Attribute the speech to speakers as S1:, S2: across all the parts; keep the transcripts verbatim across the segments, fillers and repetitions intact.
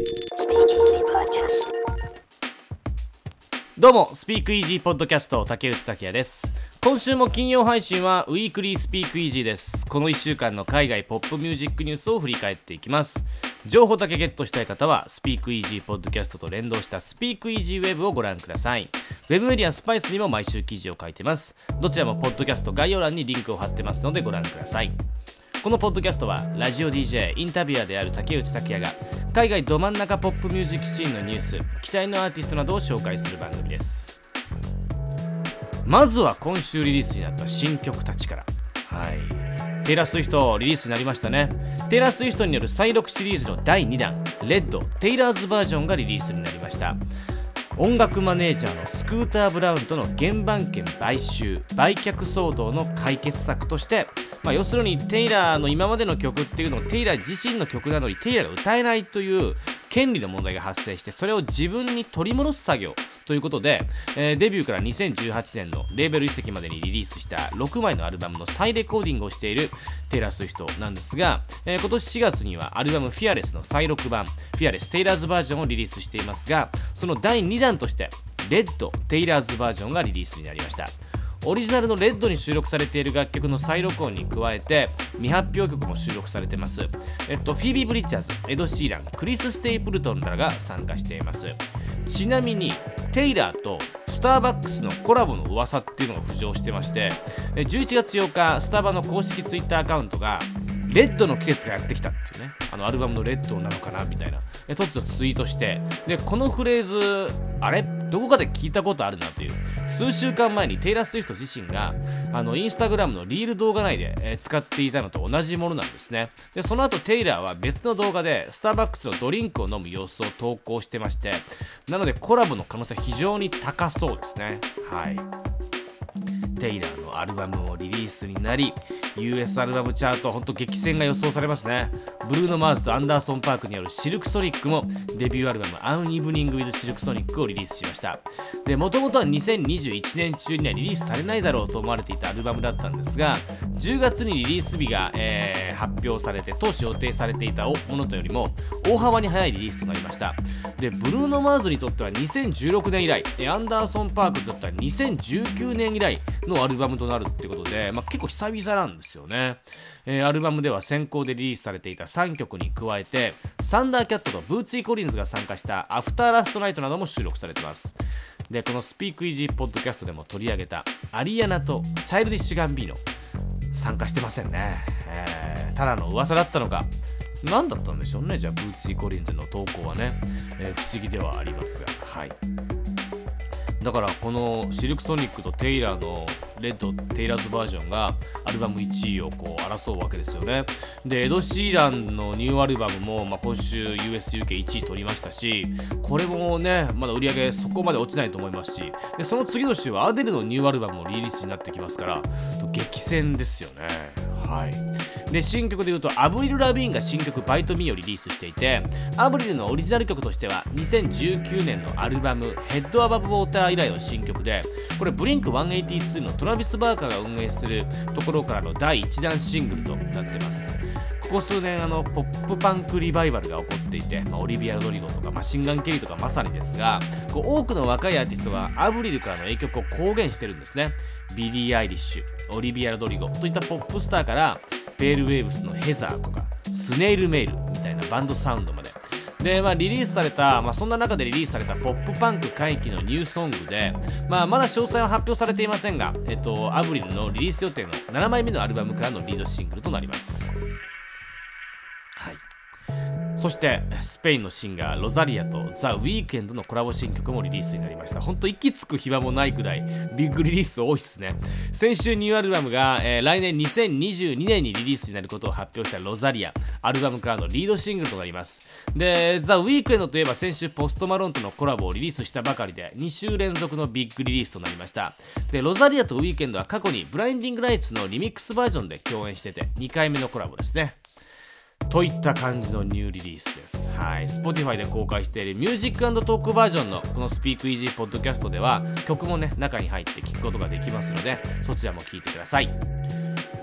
S1: どうもスピークイージーポッドキャスト竹内拓也です。今週も金曜配信はウィークリースピークイージーです。このいっしゅうかんの海外ポップミュージックニュースを振り返っていきます。情報だけゲットしたい方はスピークイージーポッドキャストと連動したスピークイージーウェブをご覧ください。ウェブメディアスパイスにも毎週記事を書いてます。どちらもポッドキャスト概要欄にリンクを貼ってますのでご覧ください。このポッドキャストはラジオ ディージェー インタビュアーである竹内拓也が海外ど真ん中ポップミュージックシーンのニュース、期待のアーティストなどを紹介する番組です。まずは今週リリースになった新曲たちから。はいテイラー・スウィフトリリースになりましたね。テイラー・スウィフトによる再録シリーズのだいにだんレッドテイラーズバージョンがリリースになりました。音楽マネージャーのスクーター・ブラウンとの原版権買収売却騒動の解決策として、まあ、要するにテイラーの今までの曲っていうのをテイラー自身の曲なのにテイラーが歌えないという権利の問題が発生して、それを自分に取り戻す作業ということで、えー、デビューからにせんじゅうはちねんのレーベル移籍までにリリースしたろくまいのアルバムの再レコーディングをしているテイラー・スウィフトなんですが、えー、今年しがつにはアルバムフィアレスの再録版フィアレステイラーズバージョンをリリースしていますが、そのだいにだんとしてレッドテイラーズバージョンがリリースになりました。オリジナルのレッドに収録されている楽曲の再録音に加えて未発表曲も収録されています。えっと、フィービー・ブリッチャーズ、エド・シーラン、クリス・ステイプルトンらが参加しています。ちなみにテイラーとスターバックスのコラボの噂っていうのが浮上してまして、じゅういちがつようかスタバの公式ツイッターアカウントがレッドの季節がやってきたっていうね、あのアルバムのレッドなのかなみたいな突如ツイートして、でこのフレーズあれどこかで聞いたことあるなという、数週間前にテイラー・スウィフト自身があのインスタグラムのリール動画内で、えー、使っていたのと同じものなんですね。でその後テイラーは別の動画でスターバックスのドリンクを飲む様子を投稿してまして、なのでコラボの可能性は非常に高そうですね。はいテイラーのアルバムもリリースになり ユーエス アルバムチャート本当激戦が予想されますね。ブルーノ・マーズとアンダーソン・パークによるシルクソニックもデビューアルバムアン・イブニング・ウィズ・シルクソニックをリリースしました。でもともとはにせんにじゅういちねん中にはリリースされないだろうと思われていたアルバムだったんですが、じゅうがつにリリース日が、えー、発表されて当初予定されていたものとよりも大幅に早いリリースとなりました。でブルーノ・マーズにとってはにせんじゅうろくねん以来、アンダーソン・パークにとってはにせんじゅうきゅうねん以来のアルバムとなるってことで、まあ、結構久々なんですよね。えー、アルバムでは先行でリリースされていたさんきょくに加えてサンダーキャットとブーツィー・コリンズが参加したアフターラストナイトなども収録されています。でこのスピークイージーポッドキャストでも取り上げたアリアナとチャイルディッシュ・ガンビーノ参加してませんね。えー、ただの噂だったのか何だったんでしょうね。じゃあブーツィー・コリンズの投稿はね、えー、不思議ではありますが、はいだからこのシルクソニックとテイラーのレッドテイラーズバージョンがアルバムいちいをこう争うわけですよね。でエド・シーランのニューアルバムも、まあ、今週 ユーエス ユーケーいちい取りましたし、これもねまだ売り上げそこまで落ちないと思いますし、でその次の週はアデルのニューアルバムもリリースになってきますから激戦ですよね。はいで新曲でいうとアブリル・ラビーンが新曲バイトミーをリリースしていて、アブリルのオリジナル曲としてはにせんじゅうきゅうねんのアルバムヘッド・アバブ・ウォーター以来の新曲で、これブリンクひゃくはちじゅうにのトラビス・バーカーが運営するところからのだいいちだんシングルとなってます。ここ数年あのポップパンクリバイバルが起こっていて、まあ、オリビア・ロドリゴとかマシンガン・ケリーとかまさにですが、こう多くの若いアーティストがアブリルからの影響を公言してるんですね。ビリー・アイリッシュ、オリビア・ロドリゴといったポップスターからペールウェーブスのヘザーとかスネイル・メイルみたいなバンドサウンドまでで、まあ、リリースされた、まあ、そんな中でリリースされたポップパンク回帰のニューソングで、まあ、まだ詳細は発表されていませんが、えっと、アブリルのリリース予定のななまいめのアルバムからのリードシングルとなります。はいそしてスペインのシンガーロザリアとザ・ウィークエンドのコラボ新曲もリリースになりました。ほんと息つく暇もないくらいビッグリリース多いっすね。先週ニューアルバムが、えー、来年にせんにじゅうにねんにリリースになることを発表したロザリア、アルバムからのリードシングルとなります。でザ・ウィークエンドといえば先週ポストマロンとのコラボをリリースしたばかりでにしゅうれんぞくのビッグリリースとなりました。でロザリアとウィークエンドは過去にブラインディングライツのリミックスバージョンで共演しててにかいめのコラボですね。といった感じのニューリリースです。はい、Spotify で公開しているミュージック&トークバージョンのこのスピークイージーポッドキャストでは曲もね中に入って聞くことができますので、そちらも聞いてください。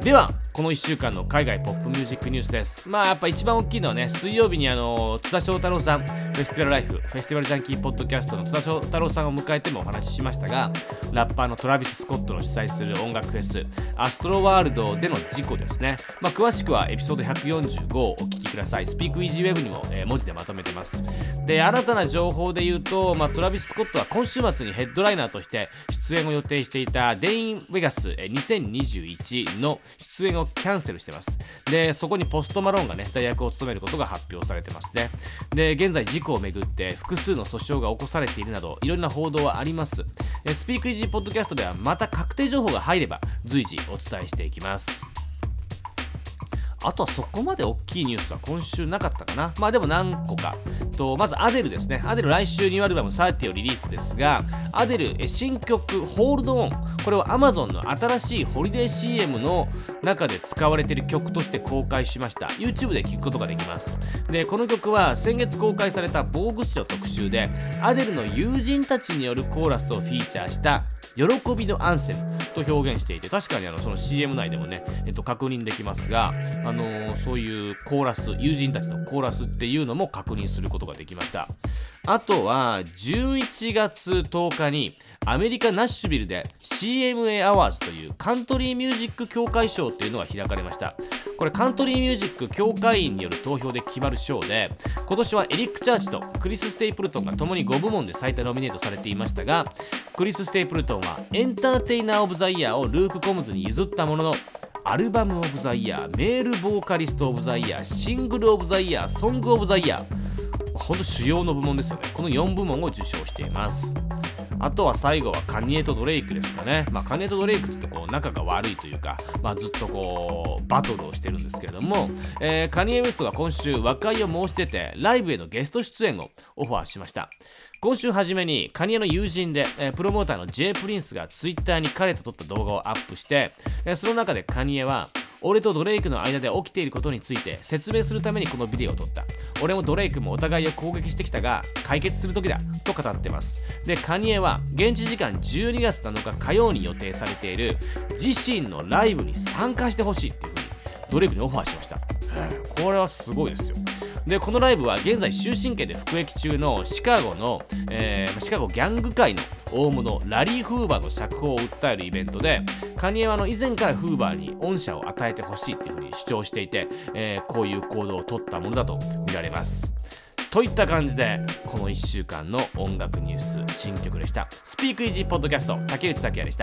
S1: ではこのいっしゅうかんの海外ポップミュージックニュースです。まあやっぱ一番大きいのはね、水曜日にあの津田翔太郎さん、フェスティバルライフ、フェスティバルジャンキーポッドキャストの津田翔太郎さんを迎えてもお話ししましたが、ラッパーのトラビス・スコットの主催する音楽フェスアストロワールドでの事故ですね。まあ詳しくはエピソードひゃくよんじゅうごをお聞きください。スピークイージーウェブにも、えー、文字でまとめてます。で、新たな情報で言うと、まあ、トラビス・スコットは今週末にヘッドライナーとして出演を予定していたデイン・ウェガスにせんにじゅういちの出演をキャンセルしてます。で、そこにポストマローンがね、代役を務めることが発表されてますね。で、現在事故をめぐって複数の訴訟が起こされているなど、いろんな報道はあります。スピークイージーポッドキャストではまた確定情報が入れば随時お伝えしていきます。あとはそこまで大きいニュースは今週なかったかな。まあでも何個かと、まずアデルですね。アデル来週ニューアルバムさんじゅうをリリースですが、アデル新曲ホールドオン、これを Amazon の新しいホリデー シーエム の中で使われている曲として公開しました。 YouTube で聴くことができます。で、この曲は先月公開された防具誌の特集でアデルの友人たちによるコーラスをフィーチャーした喜びのアンセムと表現していて、確かにあのその シーエム 内でもね、えっと、確認できますが、あのー、そういうコーラス、友人たちのコーラスっていうのも確認することができました。あとはじゅういちがつとおかにアメリカナッシュビルで シーエムエー アワーズというカントリーミュージック協会賞っていうのが開かれました。これカントリーミュージック協会員による投票で決まる賞で、今年はエリック・チャーチとクリス・ステイプルトンが共にご部門で最多ノミネートされていましたが、クリス・ステイプルトンはエンターテイナー・オブ・ザ・イヤーをルーク・コムズに譲ったものの、アルバム・オブ・ザ・イヤー、メール・ボーカリスト・オブ・ザ・イヤー、シングル・オブ・ザ・イヤー、ソング・オブ・ザ・イヤー、ほんと主要の部門ですよね。このよんぶもんを受賞しています。あとは最後はカニエとドレイクですかね。まあ、カニエとドレイクってこう仲が悪いというか、まあ、ずっとこうバトルをしてるんですけれども、えー、カニエ・ウエストが今週和解を申し出てライブへのゲスト出演をオファーしました。今週初めにカニエの友人で、えー、プロモーターの J プリンスがツイッターに彼と撮った動画をアップして、えー、その中でカニエは俺とドレイクの間で起きていることについて説明するためにこのビデオを撮った。俺もドレイクもお互いを攻撃してきたが解決する時だと語ってます。で、カニエは現地時間じゅうにがつなのか火曜に予定されている自身のライブに参加してほしいっていうふうにドレイクにオファーしました。これはすごいですよ。で、このライブは現在終身刑で服役中のシカゴの、えー、シカゴギャング界の大物ラリー・フーバーの釈放を訴えるイベントで、カニエはあの以前からフーバーに恩赦を与えてほしいっていうふうに主張していて、えー、こういう行動を取ったものだと見られます。といった感じでこのいっしゅうかんの音楽ニュース新曲でした。スピークイージーポッドキャスト竹内拓也でした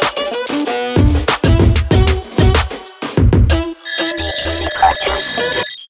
S1: 。Podcast.